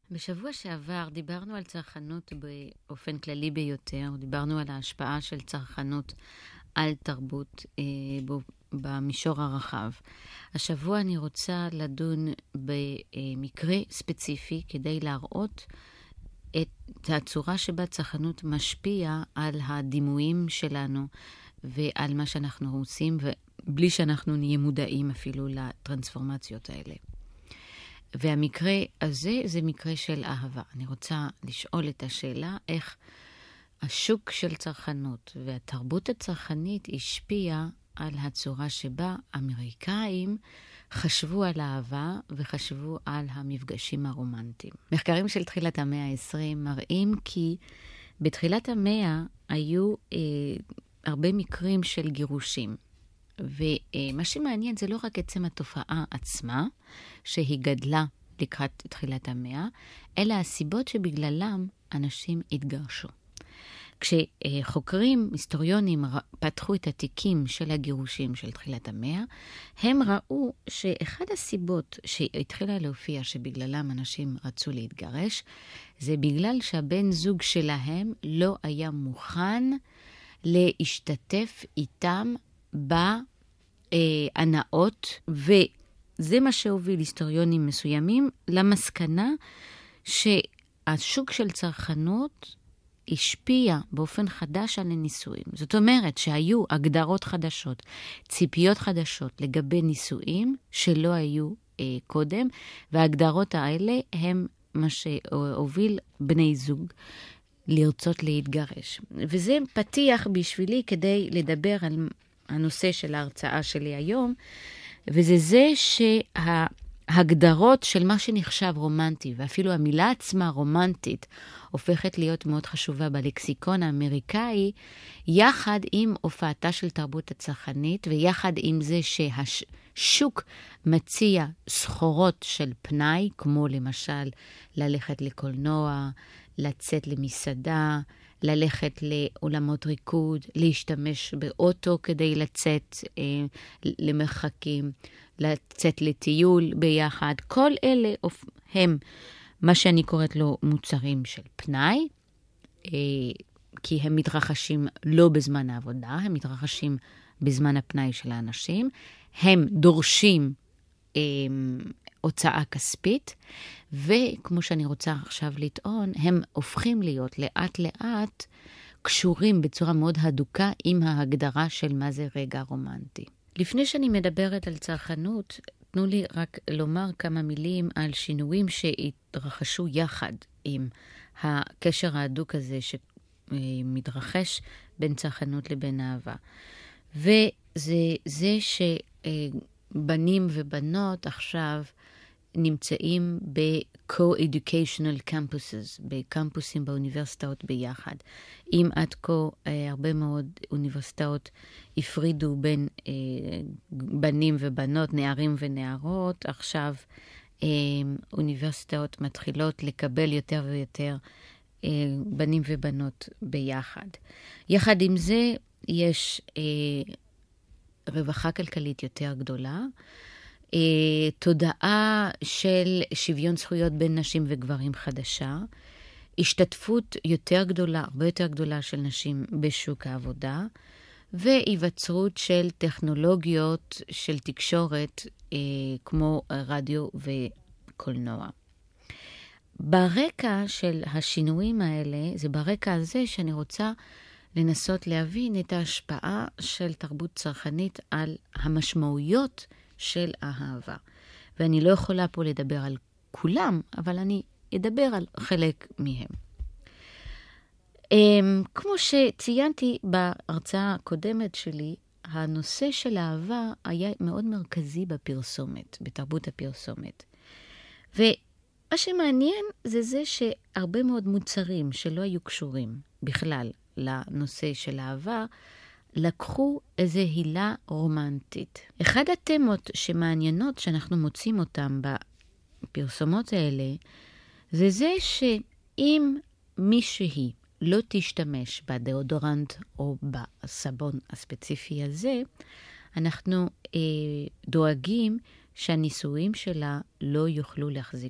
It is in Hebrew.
בשבוע שעבר דיברנו על צרכנות באופן כללי ביותר, דיברנו על ההשפעה של צרכנות על תרבות במישור הרחב. השבוע אני רוצה לדון במקרה ספציפי כדי להראות את הצורה שבה צרכנות משפיעה על הדימויים שלנו ועל מה שאנחנו עושים, ובלי שאנחנו נהיה מודעים אפילו לטרנספורמציות האלה. והמקרה הזה זה מקרה של אהבה. אני רוצה לשאול את השאלה איך השוק של צרכנות והתרבות הצרכנית השפיעה על הצורה שבה אמריקאים חשבו על אהבה וחשבו על המפגשים הרומנטיים. מחקרים של תחילת המאה ה-20 מראים כי בתחילת המאה היו הרבה מקרים של גירושים. ומה שמעניין זה לא רק עצם התופעה עצמה, שהיא גדלה לקראת תחילת המאה, אלא הסיבות שבגללם אנשים התגרשו. כשחוקרים, היסטוריונים, פתחו את התיקים של הגירושים של תחילת המאה, הם ראו שאחד הסיבות שהתחילה להופיע שבגללם אנשים רצו להתגרש, זה בגלל שהבן זוג שלהם לא היה מוכן להשתתף איתם בהנאות, וזה מה שהוביל היסטוריונים מסוימים למסקנה שהשוק של צרכנות השפיע באופן חדש על הנישואים. זאת אומרת שהיו הגדרות חדשות, ציפיות חדשות לגבי נישואים שלא היו קודם, וההגדרות האלה הם מה שהוביל בני זוג לרצות להתגרש. וזה פתיח בשבילי כדי לדבר על הנושא של ההרצאה שלי היום, וזה שההגדרות של מה שנחשב רומנטי, ואפילו המילה עצמה רומנטית, הופכת להיות מאוד חשובה בלקסיקון האמריקאי, יחד עם הופעתה של תרבות הצרכנית, ויחד עם זה שהשוק מציע סחורות של פנאי, כמו למשל ללכת לקולנוע, לצאת למסעדה, ללכת לעולמות ריקוד, להשתמש באוטו כדי לצאת למרחקים, לצאת לטיול ביחד. כל אלה הם מה שאני קוראת לו מוצרים של פנאי, כי הם מתרחשים לא בזמן העבודה, הם מתרחשים בזמן הפנאי של האנשים, הם דורשים הוצאה כספית, וכמו שאני רוצה עכשיו לטעון, הם הופכים להיות לאט לאט קשורים בצורה מאוד הדוקה עם ההגדרה של מה זה רגע רומנטי. לפני שאני מדברת על צרכנות, תנו לי רק לומר כמה מילים על שינויים שהתרחשו יחד עם הקשר ההדוק הזה שמתרחש בין צרכנות לבין אהבה. וזה שבנים ובנות עכשיו נמצאים ב-co-educational campuses, בקמפוסים באוניברסיטאות ביחד. אם עד כה הרבה מאוד אוניברסיטאות הפרידו בין בנים ובנות, נערים ונערות, עכשיו אוניברסיטאות מתחילות לקבל יותר ויותר בנים ובנות ביחד. יחד עם זה יש רווחה כלכלית יותר גדולה, תודעה של שוויון זכויות בין נשים וגברים חדשה, השתתפות יותר גדולה, הרבה יותר גדולה של נשים בשוק העבודה, והיווצרות של טכנולוגיות של תקשורת כמו רדיו וקולנוע. ברקע של השינויים האלה, זה ברקע הזה שאני רוצה לנסות להבין את ההשפעה של תרבות צרכנית על המשמעויות של אהבה. ואני לא יכולה פה לדבר על כולם, אבל אני אדבר על חלק מהם. כמו שציינתי בהרצאה הקודמת שלי, הנושא של אהבה היה מאוד מרכזי בפרסומת, בתרבות הפרסומת. ומה שמעניין זה שהרבה מאוד מוצרים שלא היו קשורים בכלל לנושא של אהבה, לקחו איזו הילה רומנטית. אחד התמות שמעניינות שאנחנו מוצאים אותם בפרסומות האלה, זה שאם מישהי לא תשתמש בדאודורנט או בסבון הספציפי הזה, אנחנו דואגים שהניסויים שלה לא יוכלו להחזיק